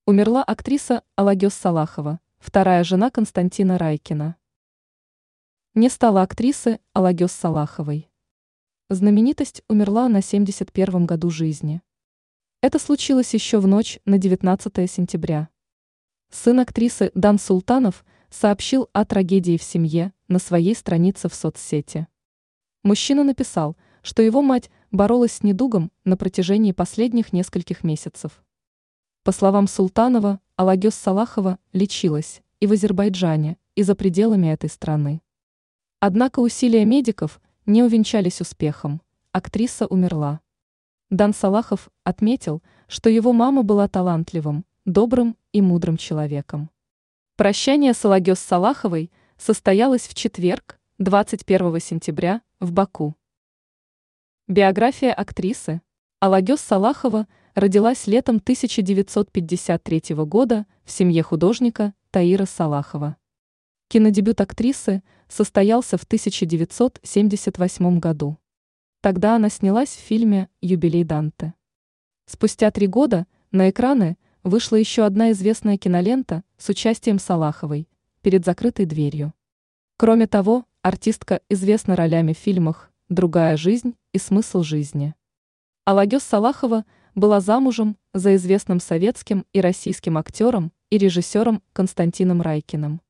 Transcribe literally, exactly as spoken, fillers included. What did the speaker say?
Умерла актриса Алагёс Салахова, вторая жена Константина Райкина. Не стало актрисы Алагёс Салаховой. Знаменитость умерла на семьдесят первом году жизни. Это случилось еще в ночь на девятнадцатое сентября. Сын актрисы Дан Султанов сообщил о трагедии в семье на своей странице в соцсети. Мужчина написал, что его мать боролась с недугом на протяжении последних нескольких месяцев. По словам Султанова, Алагёс Салахова лечилась и в Азербайджане, и за пределами этой страны. Однако усилия медиков не увенчались успехом, актриса умерла. Дан Салахов отметил, что его мама была талантливым, добрым и мудрым человеком. Прощание с Алагёс Салаховой состоялось в четверг, двадцать первого сентября, в Баку. Биография актрисы. Алагёс Салахова родилась летом тысяча девятьсот пятьдесят третьего года в семье художника Таира Салахова. Кинодебют актрисы состоялся в тысяча девятьсот семьдесят восьмом году. Тогда она снялась в фильме «Юбилей Данте». Спустя три года на экраны вышла еще одна известная кинолента с участием Салаховой «Перед закрытой дверью». Кроме того, артистка известна ролями в фильмах «Другая жизнь» и «Смысл жизни». Алагёс Салахова была замужем за известным советским и российским актером и режиссером Константином Райкиным.